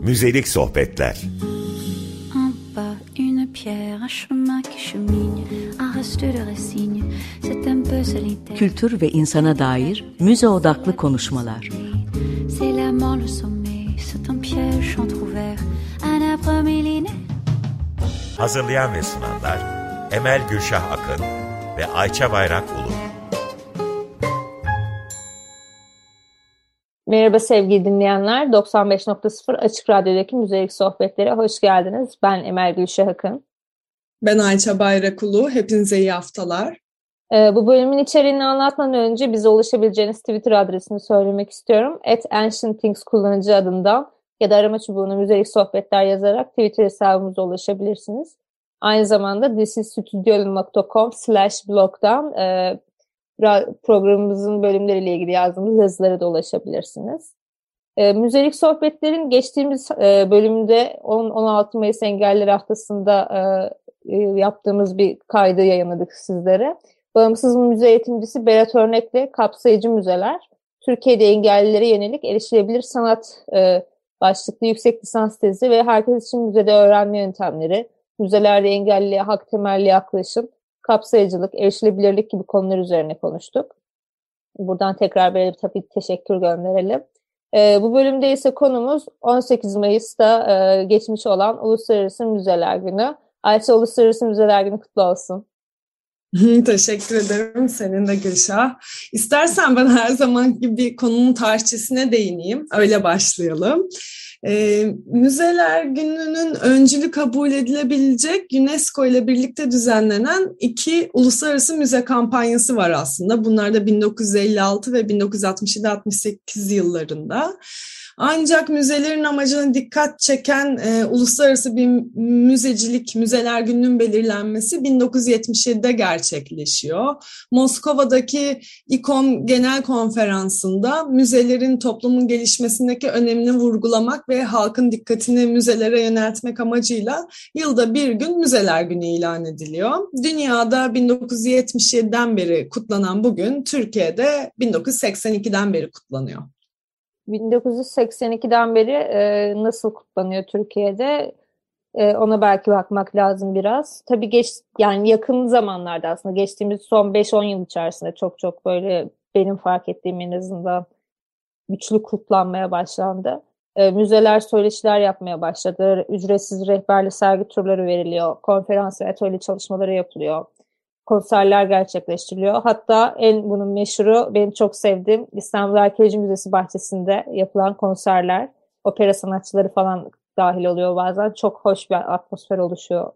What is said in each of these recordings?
Müzelik sohbetler. En bas une pierre, un chemin qui chemine, un reste de racine, c'est un peu solitaire. Kültür ve insana dair müze odaklı konuşmalar. C'est la mort, le sommet, c'est un piège entrouvert, un arbre millénaire. Hazırlayan ve sunanlar Emel Gülşah Akın ve Ayça Bayrak Ulu. Merhaba sevgili dinleyenler, 95.0 Açık Radyo'daki Müzelik Sohbetlere hoş geldiniz. Ben Emel Gülşah Akın. Ben Ayça Bayrak Ulu, hepinize iyi haftalar. Bu bölümün içeriğini anlatmadan önce bize ulaşabileceğiniz Twitter adresini söylemek istiyorum. @ancientthings kullanıcı adından ya da arama çubuğuna Müzelik Sohbetler yazarak Twitter hesabımıza ulaşabilirsiniz. Aynı zamanda thisisstudio.com/blog'dan programımızın bölümleriyle ilgili yazdığımız yazılara da ulaşabilirsiniz. Müzelik Sohbetler'in geçtiğimiz bölümde 16 Mayıs Engelliler Haftası'nda yaptığımız bir kaydı yayınladık sizlere. Bağımsız müze eğitimcisi Berat Örnek'le Kapsayıcı Müzeler, Türkiye'de engellilere yönelik erişilebilir sanat başlıklı yüksek lisans tezi ve herkes için müzede öğrenme yöntemleri, müzelerde engelliliğe hak temelli yaklaşım, kapsayıcılık, erişilebilirlik gibi konular üzerine konuştuk. Buradan tekrar bir tabii teşekkür gönderelim. Bu bölümde ise konumuz 18 Mayıs'ta geçmiş olan Uluslararası Müzeler Günü. Ayça, Uluslararası Müzeler Günü kutlu olsun. Teşekkür ederim. Senin de Gülşah. İstersen ben her zaman gibi konunun tarihçesine değineyim. Öyle başlayalım. Müzeler Günü'nün öncülü kabul edilebilecek UNESCO ile birlikte düzenlenen 2 uluslararası müze kampanyası var aslında. Bunlar da 1956 ve 1967-68 yıllarında. Ancak müzelerin amacına dikkat çeken uluslararası bir müzeler gününün belirlenmesi 1977'de gerçekleşiyor. Moskova'daki İKOM Genel Konferansı'nda müzelerin toplumun gelişmesindeki önemini vurgulamak ve halkın dikkatini müzelere yöneltmek amacıyla yılda bir gün Müzeler Günü ilan ediliyor. Dünyada 1977'den beri kutlanan bugün Türkiye'de 1982'den beri kutlanıyor. 1982'den beri nasıl kutlanıyor Türkiye'de? Ona belki bakmak lazım biraz. Tabii yani yakın zamanlarda aslında geçtiğimiz son 5-10 yıl içerisinde çok böyle benim fark ettiğim en azından güçlü kutlanmaya başlandı. Müzeler söyleşiler yapmaya başladı. Ücretsiz rehberli sergi turları veriliyor. Konferans ve atölye çalışmaları yapılıyor. Konserler gerçekleştiriliyor. Hatta bunun meşhuru, benim çok sevdiğim İstanbul Arkeoloji Müzesi bahçesinde yapılan konserler. Opera sanatçıları falan dahil oluyor bazen. Çok hoş bir atmosfer oluşuyor.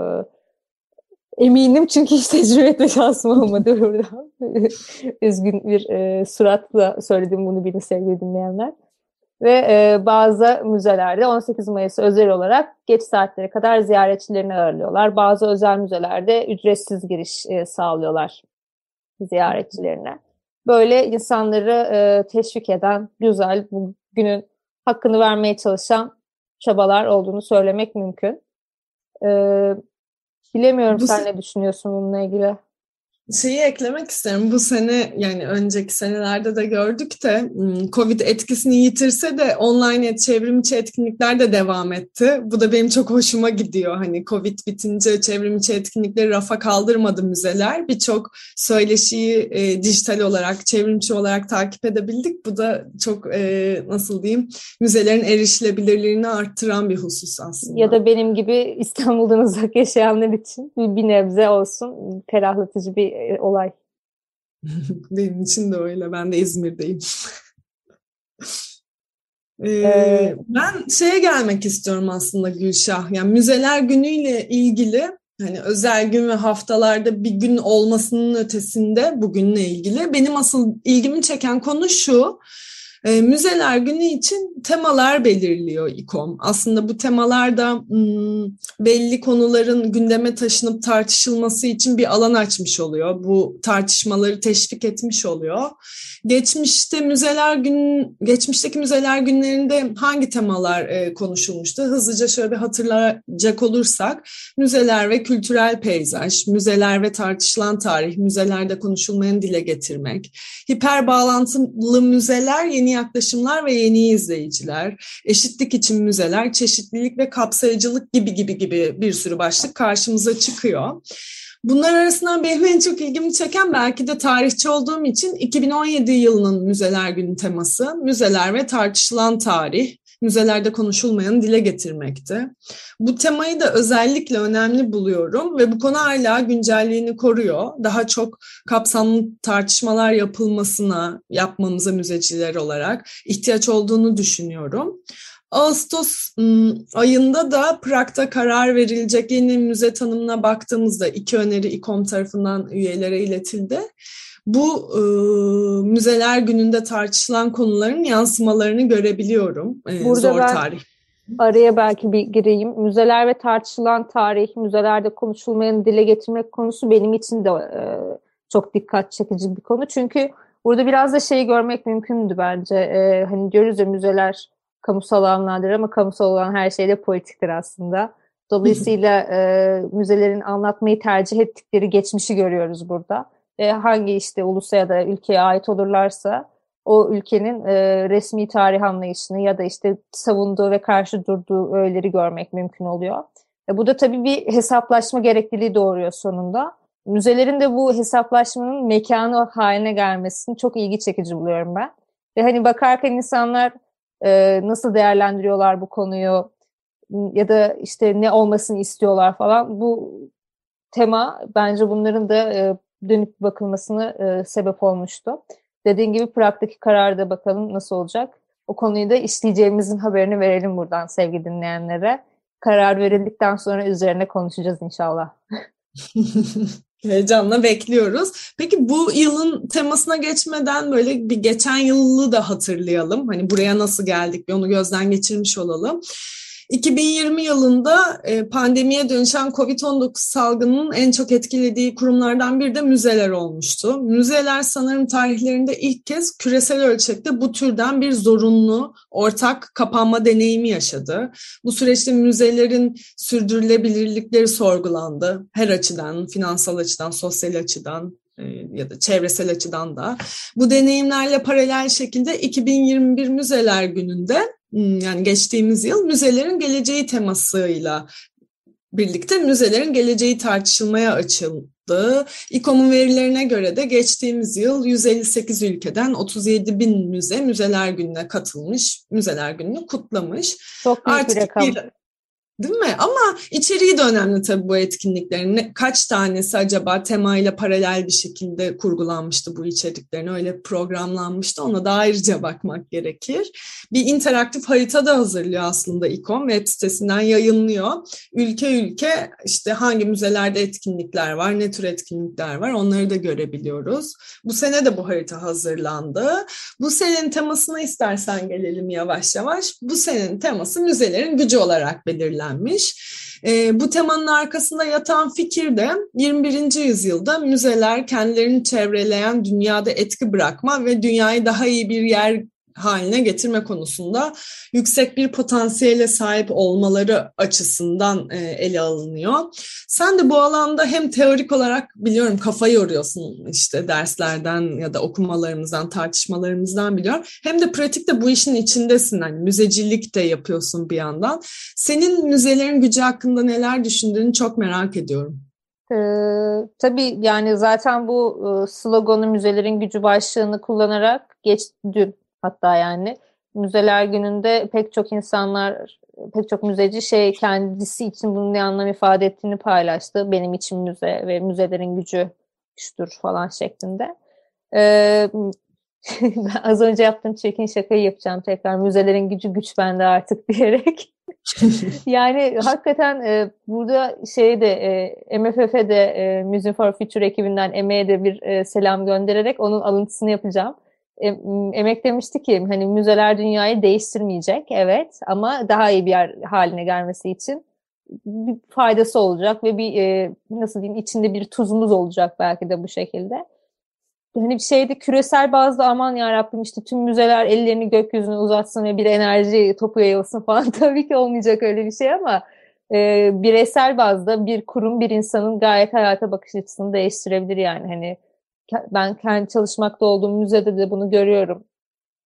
Eminim çünkü hiç tecrübe etme şansım olmadı buradan. Üzgün bir suratla söyledim bunu, beni sevgili dinleyenler. Ve bazı müzelerde 18 Mayıs özel olarak geç saatlere kadar ziyaretçilerini ağırlıyorlar. Bazı özel müzelerde ücretsiz giriş sağlıyorlar ziyaretçilerine. Böyle insanları teşvik eden, güzel, bu günün hakkını vermeye çalışan çabalar olduğunu söylemek mümkün. Bilemiyorum, sen ne düşünüyorsun bununla ilgili? Şeyi eklemek isterim. Bu sene, yani önceki senelerde de gördük de Covid etkisini yitirse de online çevrimiçi etkinlikler de devam etti. Bu da benim çok hoşuma gidiyor. Hani Covid bitince çevrimiçi etkinlikleri rafa kaldırmadı müzeler. Birçok söyleşiyi dijital olarak, çevrimiçi olarak takip edebildik. Bu da çok nasıl diyeyim, müzelerin erişilebilirliğini arttıran bir husus aslında. Ya da benim gibi İstanbul'dan uzak yaşayanlar için bir nebze olsun ferahlatıcı bir olay. Benim için de öyle. Ben de İzmir'deyim. Ben şeye gelmek istiyorum aslında Gülşah. Yani Müzeler Günü'yle ilgili hani özel gün ve haftalarda bir gün olmasının ötesinde bugünle ilgili benim asıl ilgimi çeken konu şu. Müzeler Günü için temalar belirliyor İKOM. Aslında bu temalar da belli konuların gündeme taşınıp tartışılması için bir alan açmış oluyor. Bu tartışmaları teşvik etmiş oluyor. Geçmişteki Müzeler Günlerinde hangi temalar konuşulmuştu? Hızlıca şöyle bir hatırlayacak olursak, müzeler ve kültürel peyzaj, müzeler ve tartışılan tarih, müzelerde konuşulmayan dile getirmek, hiper bağlantılı müzeler, yeni yaklaşımlar ve yeni izleyiciler, eşitlik için müzeler, çeşitlilik ve kapsayıcılık gibi bir sürü başlık karşımıza çıkıyor. Bunlar arasından benim en çok ilgimi çeken, belki de tarihçi olduğum için, 2017 yılının Müzeler Günü teması, müzeler ve tartışılan tarih, müzelerde konuşulmayanı dile getirmekti. Bu temayı da özellikle önemli buluyorum ve bu konu hala güncelliğini koruyor. Daha çok kapsamlı tartışmalar yapmamıza müzeciler olarak ihtiyaç olduğunu düşünüyorum. Ağustos ayında da Prag'da karar verilecek yeni müze tanımına baktığımızda 2 öneri İKOM tarafından üyelere iletildi. Bu Müzeler Günü'nde tartışılan konuların yansımalarını görebiliyorum. Burada zor ben tarih. araya belki bir gireyim. Müzeler ve tartışılan tarih, müzelerde konuşulmayanı dile getirmek konusu benim için de çok dikkat çekici bir konu. Çünkü burada biraz da şeyi görmek mümkündü bence. Hani diyoruz ya, müzeler kamusal alanlardır ama kamusal olan her şey de politiktir aslında. Dolayısıyla müzelerin anlatmayı tercih ettikleri geçmişi görüyoruz burada. Hangi işte ulusa ya da ülkeye ait olurlarsa o ülkenin resmi tarih anlayışını ya da işte savunduğu ve karşı durduğu öğeleri görmek mümkün oluyor. Bu da tabii bir hesaplaşma gerekliliği doğuruyor sonunda. Müzelerin de bu hesaplaşmanın mekanı haline gelmesini çok ilgi çekici buluyorum ben. Ve hani bakarken insanlar nasıl değerlendiriyorlar bu konuyu ya da işte ne olmasını istiyorlar falan. Bu tema bence bunların da dönüp bakılmasına sebep olmuştu. Dediğin gibi Prag'daki kararda bakalım nasıl olacak. O konuyu da işleyeceğimizin haberini verelim buradan sevgili dinleyenlere. Karar verildikten sonra üzerine konuşacağız inşallah. Heyecanla bekliyoruz. Peki bu yılın temasına geçmeden böyle bir geçen yılı da hatırlayalım. Hani buraya nasıl geldik, bir onu gözden geçirmiş olalım. 2020 yılında pandemiye dönüşen COVID-19 salgınının en çok etkilediği kurumlardan biri de müzeler olmuştu. Müzeler sanırım tarihlerinde ilk kez küresel ölçekte bu türden bir zorunlu ortak kapanma deneyimi yaşadı. Bu süreçte müzelerin sürdürülebilirlikleri sorgulandı. Her açıdan, finansal açıdan, sosyal açıdan ya da çevresel açıdan da. Bu deneyimlerle paralel şekilde 2021 Müzeler Günü'nde, yani geçtiğimiz yıl, müzelerin geleceği temasıyla birlikte müzelerin geleceği tartışılmaya açıldı. İKOM'un verilerine göre de geçtiğimiz yıl 158 ülkeden 37 bin müze Müzeler Günü'ne katılmış, Müzeler Günü'nü kutlamış. Çok büyük bir rakam. Değil mi? Ama içeriği de önemli tabii bu etkinliklerin. Kaç tanesi acaba temayla paralel bir şekilde kurgulanmıştı bu içeriklerin, öyle programlanmıştı. Ona da ayrıca bakmak gerekir. Bir interaktif harita da hazırlıyor aslında İKOM. Web sitesinden yayınlıyor. Ülke ülke işte hangi müzelerde etkinlikler var, ne tür etkinlikler var, onları da görebiliyoruz. Bu sene de bu harita hazırlandı. Bu senenin temasına istersen gelelim yavaş yavaş. Bu senenin teması müzelerin gücü olarak belirlenmiş. Bu temanın arkasında yatan fikir de 21. yüzyılda müzeler kendilerini çevreleyen dünyada etki bırakma ve dünyayı daha iyi bir yer haline getirme konusunda yüksek bir potansiyele sahip olmaları açısından ele alınıyor. Sen de bu alanda hem teorik olarak biliyorum kafa yoruyorsun, işte derslerden ya da okumalarımızdan, tartışmalarımızdan biliyorum. Hem de pratikte bu işin içindesin. Hani müzecilik de yapıyorsun bir yandan. Senin müzelerin gücü hakkında neler düşündüğünü çok merak ediyorum. Tabii yani zaten bu sloganı, müzelerin gücü başlığını kullanarak dün hatta yani Müzeler Günü'nde pek çok insanlar, pek çok müzeci kendisi için bunun ne anlam ifade ettiğini paylaştı. Benim için müze ve müzelerin gücü şudur falan şeklinde. Ben az önce yaptığım çirkin şakayı yapacağım tekrar. Müzelerin güç bende artık diyerek. Yani hakikaten burada MFF'de Museum for Future ekibinden Emek'e de bir selam göndererek onun alıntısını yapacağım. Emek demişti ki hani müzeler dünyayı değiştirmeyecek, evet, ama daha iyi bir yer haline gelmesi için bir faydası olacak ve bir nasıl diyeyim, içinde bir tuzumuz olacak belki de bu şekilde. Hani küresel bazda aman yarabbim işte tüm müzeler ellerini gökyüzüne uzatsın ve bir enerji topu yayılsın falan tabii ki olmayacak öyle bir şey ama bireysel bazda bir kurum, bir insanın gayet hayata bakış açısını değiştirebilir yani. Hani ben kendi çalışmakta olduğum müzede de bunu görüyorum.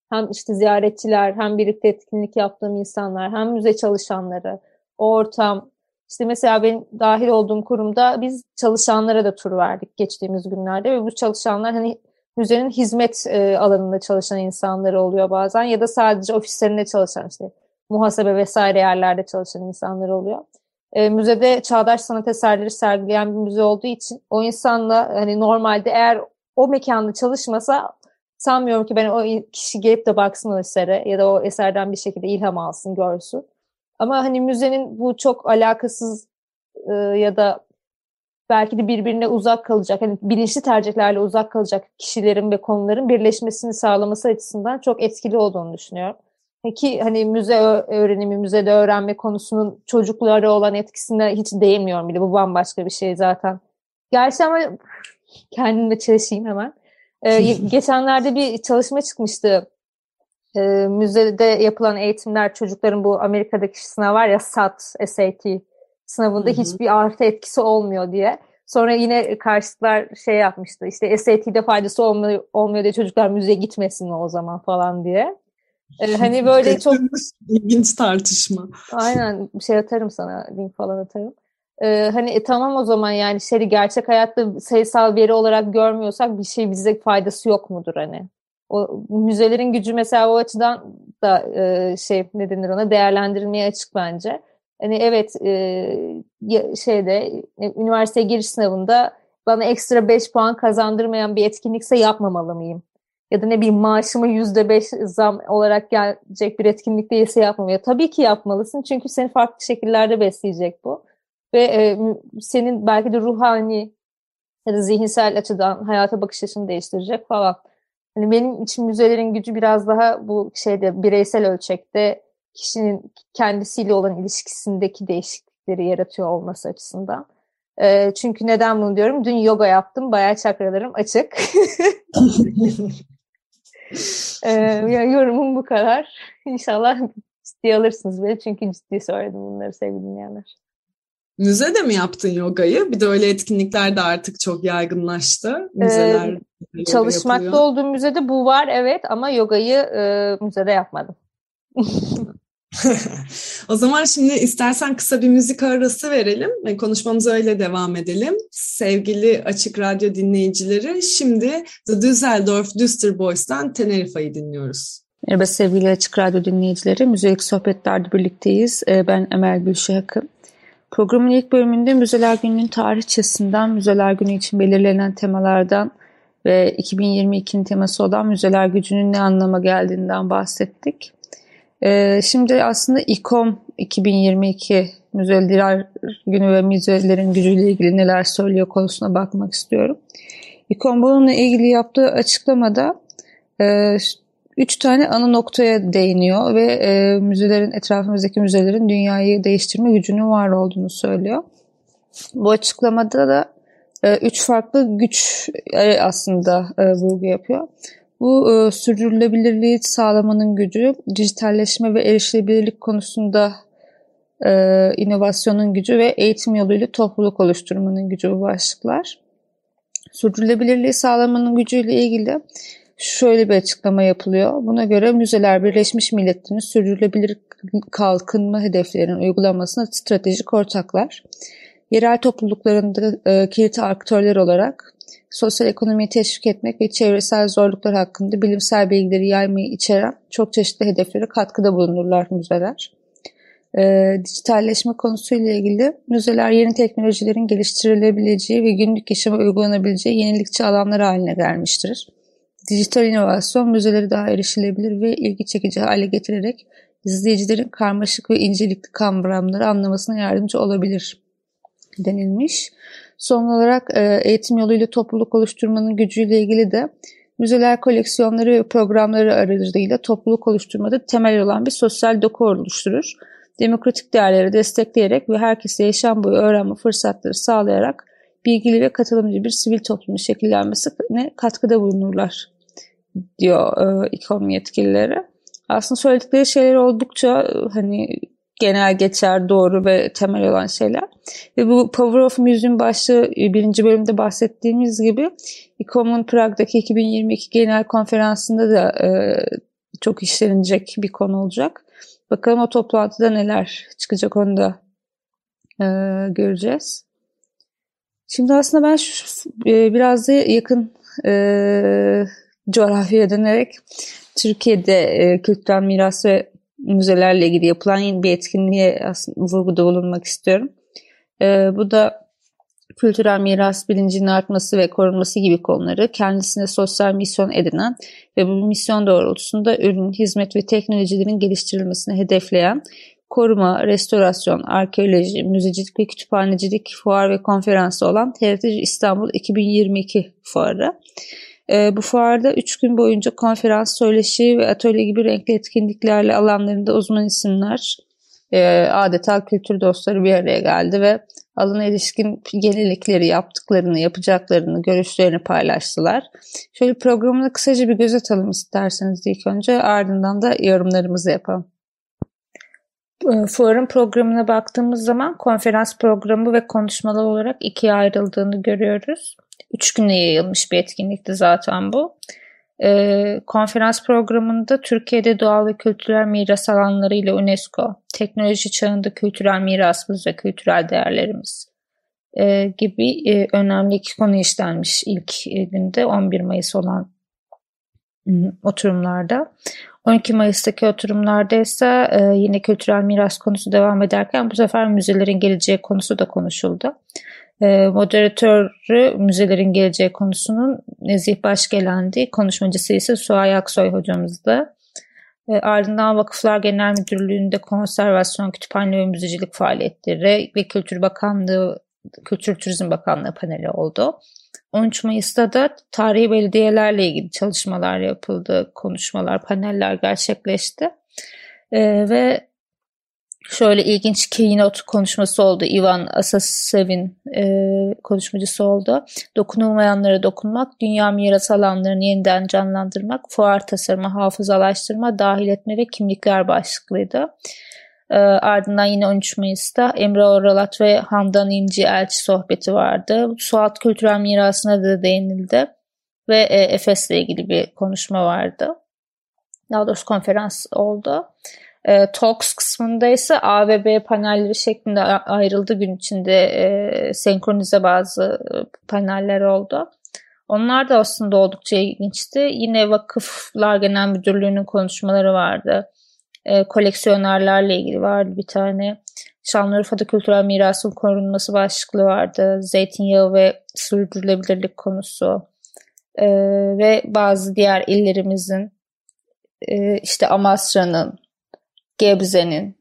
hem işte ziyaretçiler, hem birlikte etkinlik yaptığım insanlar, hem müze çalışanları, o ortam. İşte mesela benim dahil olduğum kurumda biz çalışanlara da tur verdik geçtiğimiz günlerde ve bu çalışanlar hani müzenin hizmet alanında çalışan insanları oluyor bazen ya da sadece ofislerinde çalışan, işte muhasebe vesaire yerlerde çalışan insanlar oluyor. Müzede çağdaş sanat eserleri sergileyen bir müze olduğu için o insanla hani normalde eğer o mekanda çalışmasa sanmıyorum ki ben o kişi gelip de baksın o esere ya da o eserden bir şekilde ilham alsın, görsün. Ama hani müzenin bu çok alakasız ya da belki de birbirine uzak kalacak, hani bilinçli tercihlerle uzak kalacak kişilerin ve konuların birleşmesini sağlaması açısından çok etkili olduğunu düşünüyorum. Ki hani müze öğrenimi, müzede öğrenme konusunun çocuklara olan etkisine hiç değinmiyorum bile. Bu bambaşka bir şey zaten. Gerçi ama kendimle çelişeyim hemen. Geçenlerde bir çalışma çıkmıştı. Müzede yapılan eğitimler çocukların bu Amerika'daki sınav var ya SAT sınavında hiçbir artı etkisi olmuyor diye. Sonra yine karşıtlar şey yapmıştı. İşte SAT'de faydası olmuyor diye çocuklar müzeye gitmesin o zaman falan diye. Hani böyle çok ilginç tartışma. Aynen, bir şey atarım sana, link falan atarım. Hani tamam o zaman yani gerçek hayatta sayısal veri olarak görmüyorsak bir şey bize faydası yok mudur hani? O müzelerin gücü mesela o açıdan da ne denir ona, değerlendirilmeye açık bence. Hani evet üniversiteye giriş sınavında bana ekstra 5 puan kazandırmayan bir etkinlikse yapmamalı mıyım? Ya da ne bileyim maaşıma %5 zam olarak gelecek bir etkinlik değilse yapmamalı. Tabii ki yapmalısın çünkü seni farklı şekillerde besleyecek bu. Ve senin belki de ruhani ya da zihinsel açıdan hayata bakış açını değiştirecek falan. Hani benim için müzelerin gücü biraz daha bu bireysel ölçekte kişinin kendisiyle olan ilişkisindeki değişiklikleri yaratıyor olması açısından. Çünkü neden bunu diyorum? Dün yoga yaptım. Bayağı çakralarım açık. Yorumum bu kadar. İnşallah ciddiye alırsınız beni. Çünkü ciddi söyledim bunları sevgili dinleyenler. Müzede mi yaptın yogayı? Bir de öyle etkinlikler de artık çok yaygınlaştı. Müzeler çalışmakta yapılıyor. olduğum müzede bu var evet ama yogayı müzede yapmadım. O zaman şimdi istersen kısa bir müzik arası verelim ve konuşmamıza öyle devam edelim. Sevgili Açık Radyo dinleyicileri, şimdi The Düsseldorf Düster Boys'tan Tenerife'yi dinliyoruz. Merhaba sevgili Açık Radyo dinleyicileri, müzelik sohbetlerde birlikteyiz. Ben Emel Gülşah Akın. Programın ilk bölümünde Müzeler Günü'nün tarihçesinden, Müzeler Günü için belirlenen temalardan ve 2022'nin teması olan müzeler gücünün ne anlama geldiğinden bahsettik. Şimdi aslında İKOM 2022 Müzeler Günü ve müzelerin gücüyle ilgili neler söylüyor konusuna bakmak istiyorum. İKOM bununla ilgili yaptığı açıklamada 3 tane ana noktaya değiniyor ve etrafımızdaki müzelerin dünyayı değiştirme gücünün var olduğunu söylüyor. Bu açıklamada da 3 farklı güç aslında vurgu yapıyor. Bu sürdürülebilirliği sağlamanın gücü, dijitalleşme ve erişilebilirlik konusunda inovasyonun gücü ve eğitim yoluyla topluluk oluşturmanın gücü bu başlıklar. Sürdürülebilirliği sağlamanın gücüyle ilgili şöyle bir açıklama yapılıyor. Buna göre müzeler Birleşmiş Milletler'in sürdürülebilir kalkınma hedeflerinin uygulamasına stratejik ortaklar. Yerel topluluklarında kilit aktörler olarak sosyal ekonomiyi teşvik etmek ve çevresel zorluklar hakkında bilimsel bilgileri yaymayı içeren çok çeşitli hedeflere katkıda bulunurlar müzeler. Dijitalleşme konusuyla ilgili müzeler yeni teknolojilerin geliştirilebileceği ve günlük yaşama uygulanabileceği yenilikçi alanlar haline gelmiştir. Dijital inovasyon müzeleri daha erişilebilir ve ilgi çekici hale getirerek izleyicilerin karmaşık ve incelikli kavramları anlamasına yardımcı olabilir denilmiş. Son olarak eğitim yoluyla topluluk oluşturmanın gücüyle ilgili de müzeler koleksiyonları ve programları aracılığıyla topluluk oluşturmada temel olan bir sosyal doku oluşturur. Demokratik değerleri destekleyerek ve herkese yaşam boyu öğrenme fırsatları sağlayarak bilgili ve katılımcı bir sivil toplumun şekillenmesine katkıda bulunurlar diyor İKOM yetkilileri. Aslında söyledikleri şeyler oldukça genel geçer, doğru ve temel olan şeyler. Ve bu Power of Museum başlığı 1. bölümde bahsettiğimiz gibi İKOM'un Prag'daki 2022 genel konferansında da çok işlenecek bir konu olacak. Bakalım o toplantıda neler çıkacak, onu da göreceğiz. Şimdi aslında ben biraz da yakın coğrafyaya dönerek Türkiye'de kültürel miras ve müzelerle ilgili yapılan yeni bir etkinliğe aslında vurguda bulunmak istiyorum. Bu da kültürel miras bilincinin artması ve korunması gibi konuları kendisine sosyal misyon edinen ve bu misyon doğrultusunda ürün, hizmet ve teknolojilerin geliştirilmesini hedefleyen koruma, restorasyon, arkeoloji, müzecilik ve kütüphanecilik fuar ve konferansı olan Heritage İstanbul 2022 fuarı. Bu fuarda 3 gün boyunca konferans, söyleşi ve atölye gibi renkli etkinliklerle alanlarında uzman isimler, adeta kültür dostları bir araya geldi ve alana ilişkin yenilikleri, yaptıklarını, yapacaklarını, görüşlerini paylaştılar. Şöyle programına kısaca bir göz atalım isterseniz ilk önce, ardından da yorumlarımızı yapalım. Fuarın programına baktığımız zaman konferans programı ve konuşmalar olarak ikiye ayrıldığını görüyoruz. 3 güne yayılmış bir etkinlikti zaten bu. Konferans programında Türkiye'de doğal ve kültürel miras alanlarıyla UNESCO, teknoloji çağında kültürel mirasımız ve kültürel değerlerimiz gibi önemli 2 konu işlenmiş ilk günde 11 Mayıs olan oturumlarda. 12 Mayıs'taki oturumlarda ise yine kültürel miras konusu devam ederken bu sefer müzelerin geleceği konusu da konuşuldu. Moderatörü müzelerin geleceği konusunun Nezih Başgelendi, konuşmacısı ise Suay Aksoy hocamızdı. Ardından Vakıflar Genel Müdürlüğü'nde konservasyon, kütüphane ve müzecilik faaliyetleri ve Kültür Turizm Bakanlığı paneli oldu. 13 Mayıs'ta da tarihi belediyelerle ilgili çalışmalar yapıldı, konuşmalar, paneller gerçekleşti. Ve şöyle ilginç keynote konuşması oldu. Ivan Asasev'in konuşmacısı oldu. Dokunulmayanlara dokunmak, dünya miras alanlarını yeniden canlandırmak, fuar tasarımı, hafızalaştırma, dahil etme ve kimlikler başlıklıydı. Ardından yine 13 Mayıs'ta Emre Oralat ve Handan İnci elçi sohbeti vardı. Suat kültürel mirasına da değinildi ve Efes'le ilgili bir konuşma vardı. Daha doğrusu konferans oldu. Talks kısmında ise A ve B panelleri şeklinde ayrıldı, gün içinde senkronize bazı paneller oldu. Onlar da aslında oldukça ilginçti. Yine Vakıflar Genel Müdürlüğü'nün konuşmaları vardı. Koleksiyonerlerle ilgili vardı bir tane. Şanlıurfa'da kültürel mirasın korunması başlıklı vardı. Zeytinyağı ve sürdürülebilirlik konusu. Ve bazı diğer illerimizin, işte Amasra'nın, Gebze'nin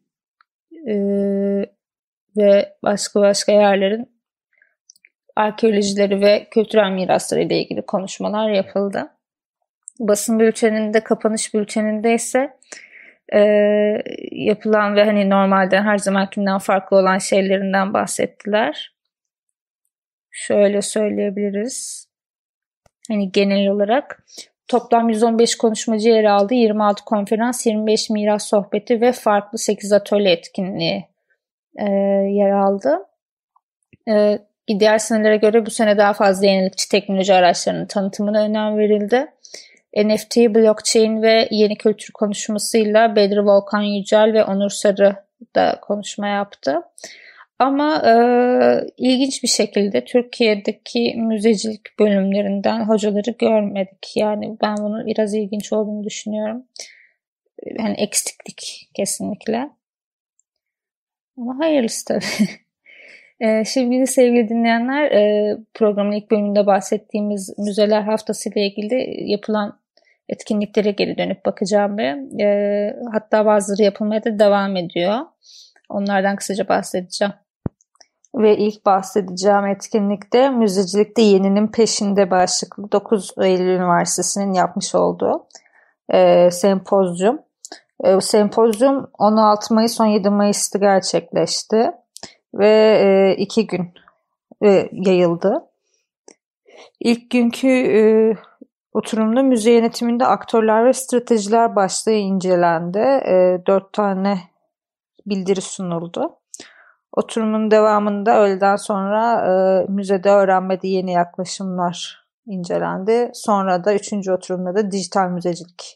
ve başka yerlerin arkeolojileri ve kültürel mirasları ile ilgili konuşmalar yapıldı. Basın bülteninde, kapanış bülteninde ise yapılan ve hani normalde her zamankinden farklı olan şeylerinden bahsettiler. Şöyle söyleyebiliriz. Hani genel olarak toplam 115 konuşmacı yer aldı. 26 konferans, 25 miras sohbeti ve farklı 8 atölye etkinliği yer aldı. Diğer senelere göre bu sene daha fazla yenilikçi teknoloji araçlarının tanıtımına önem verildi. NFT, blockchain ve yeni kültür konuşmasıyla Bedri Volkan Yücel ve Onur Sarı da konuşma yaptı. Ama ilginç bir şekilde Türkiye'deki müzecilik bölümlerinden hocaları görmedik. Yani ben bunu biraz ilginç olduğunu düşünüyorum. Yani eksiklik kesinlikle. Ama hayırlısı tabii. Şimdi sevgili dinleyenler, programın ilk bölümünde bahsettiğimiz Müzeler Haftası ile ilgili yapılan etkinliklere geri dönüp bakacağım ve hatta bazıları yapılmaya da devam ediyor. Onlardan kısaca bahsedeceğim. Ve ilk bahsedeceğim etkinlikte Müzecilikte Yeninin Peşinde başlıklı 9 Eylül Üniversitesi'nin yapmış olduğu sempozyum. Sempozyum 16 Mayıs 17 Mayıs'ta gerçekleşti ve 2 gün yayıldı. İlk günkü oturumda müze yönetiminde aktörler ve stratejiler başlığı incelendi. 4 tane bildiri sunuldu. Oturumun devamında öğleden sonra müzede öğrenmede yeni yaklaşımlar incelendi. Sonra da 3. oturumda da dijital müzecilik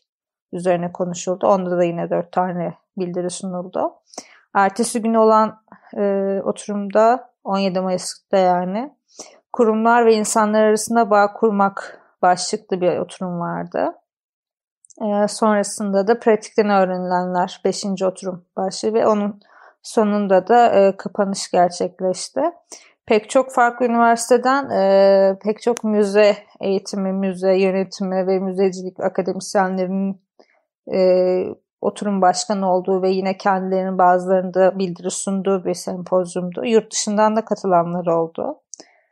üzerine konuşuldu. Onda da yine 4 tane bildiri sunuldu. Ertesi gün olan oturumda 17 Mayıs'ta yani kurumlar ve insanlar arasında bağ kurmak başlıklı bir oturum vardı. Sonrasında da pratikten öğrenilenler 5. oturum başlığı ve onun sonunda da kapanış gerçekleşti. Pek çok farklı üniversiteden pek çok müze eğitimi, müze yönetimi ve müzecilik akademisyenlerinin oturum başkanı olduğu ve yine kendilerinin bazılarında bildiri sunduğu bir sempozyumdu. Yurt dışından da katılanlar oldu.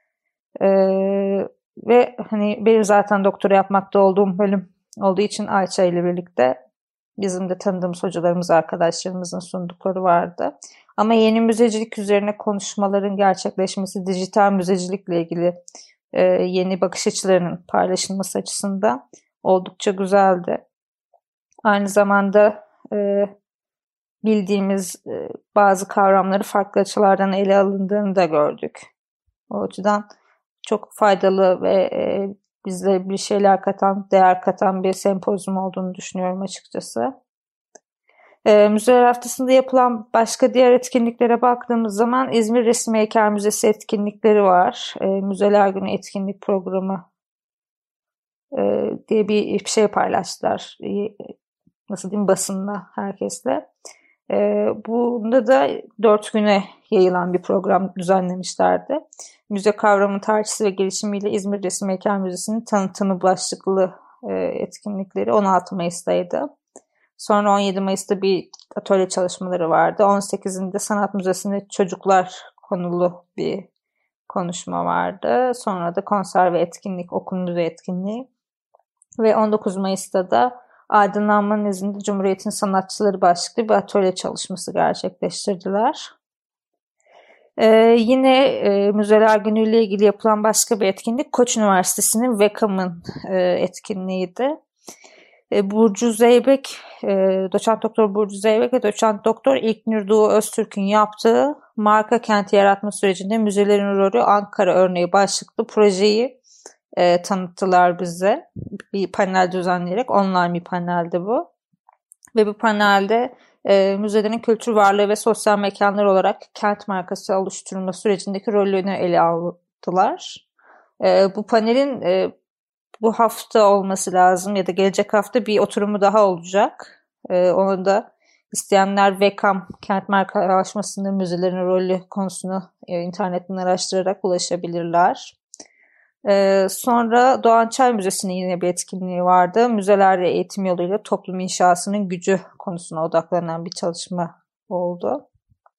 Ve hani benim zaten doktora yapmakta olduğum bölüm olduğu için Ayça ile birlikte bizim de tanıdığımız hocalarımız, arkadaşlarımızın sundukları vardı. Ama yeni müzecilik üzerine konuşmaların gerçekleşmesi, dijital müzecilikle ilgili yeni bakış açılarının paylaşılması açısından oldukça güzeldi. Aynı zamanda bildiğimiz bazı kavramları farklı açılardan ele alındığını da gördük. O açıdan çok faydalı ve bize bir şeyler katan, değer katan bir sempozyum olduğunu düşünüyorum açıkçası. Müzeler Haftası'nda yapılan başka diğer etkinliklere baktığımız zaman İzmir Resim Heykel Müzesi etkinlikleri var. Müzeler Günü etkinlik programı diye bir şey paylaştılar. Nasıl diyeyim, basında herkesle. Bunda da 4 güne yayılan bir program düzenlemişlerdi. Müze kavramı tarihçisi ve gelişimiyle İzmir Resim Heykel Müzesi'nin tanıtımı başlıklı etkinlikleri 16 Mayıs'taydı. Sonra 17 Mayıs'ta bir atölye çalışmaları vardı. 18'inde Sanat Müzesi'nde çocuklar konulu bir konuşma vardı. Sonra da konser ve etkinlik, okul müze etkinliği. Ve 19 Mayıs'ta da Aydınlanmanın izinde Cumhuriyet'in sanatçıları başlıklı bir atölye çalışması gerçekleştirdiler. Yine Müzeler Günü ile ilgili yapılan başka bir etkinlik Koç Üniversitesi'nin VEKAM'ın etkinliğiydi. Burcu Zeybek, Doçent Doktor Burcu Zeybek ve Doçent Doktor İlknur Doğu Öztürk'ün yaptığı marka kenti yaratma sürecinde müzelerin rolü Ankara örneği başlıklı projeyi tanıttılar bize. Bir panel düzenleyerek, online bir paneldi bu. Ve bu panelde müzelerin kültür varlığı ve sosyal mekanlar olarak kent markası oluşturma sürecindeki rolünü ele aldılar. Bu panelin bu hafta olması lazım ya da gelecek hafta bir oturumu daha olacak. Onu da isteyenler VEKAM kent markalaşmasında müzelerin rolü konusunu internetten araştırarak ulaşabilirler. Sonra Doğan Çay Müzesi'nin yine bir etkinliği vardı. Müzelerde eğitim yoluyla toplum inşasının gücü konusuna odaklanan bir çalışma oldu.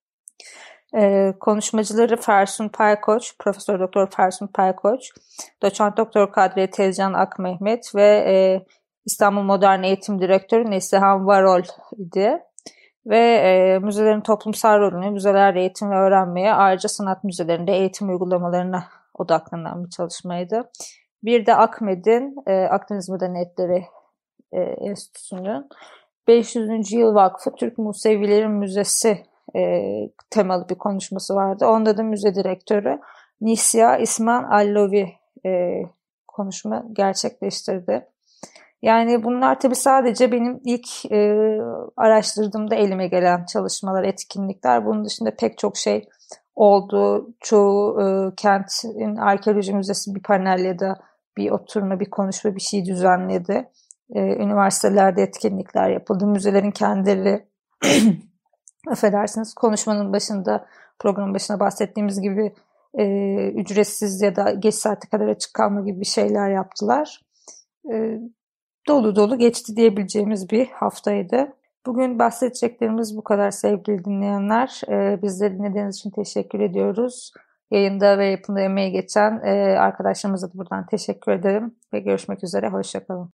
Konuşmacıları Fersun Paykoç, Profesör Doktor Fersun Paykoç, Doçent Doktor Kadriye Tezcan Akmehmet ve İstanbul Modern Eğitim Direktörü Neslihan Varol idi. Ve müzelerin toplumsal rolünü, müzelerde eğitim ve öğrenmeye, ayrıca sanat müzelerinde eğitim uygulamalarına odaklanan bir çalışmaydı. Bir de AKMED'in, Akdeniz Medeniyetleri Enstitüsü'nün 500. Yıl Vakfı Türk Musevilerin Müzesi temalı bir konuşması vardı. Onda da müze direktörü Nisya İsman Allovi konuşma gerçekleştirdi. Yani bunlar tabii sadece benim ilk araştırdığımda elime gelen çalışmalar, etkinlikler. Bunun dışında pek çok şey oldu. Çoğu kentin arkeoloji müzesi bir panel ya da bir oturma, bir konuşma, bir şey düzenledi. Üniversitelerde etkinlikler yapıldı. Müzelerin kendileri affedersiniz, konuşmanın başında, programın başında bahsettiğimiz gibi ücretsiz ya da geç saate kadar açık kalma gibi bir şeyler yaptılar. Dolu dolu geçti diyebileceğimiz bir haftaydı. Bugün bahsedeceklerimiz bu kadar sevgili dinleyenler. Bizleri dinlediğiniz için teşekkür ediyoruz. Yayında ve yapımda emeği geçen arkadaşlarımıza da buradan teşekkür ederim. Ve görüşmek üzere, hoşça kalın.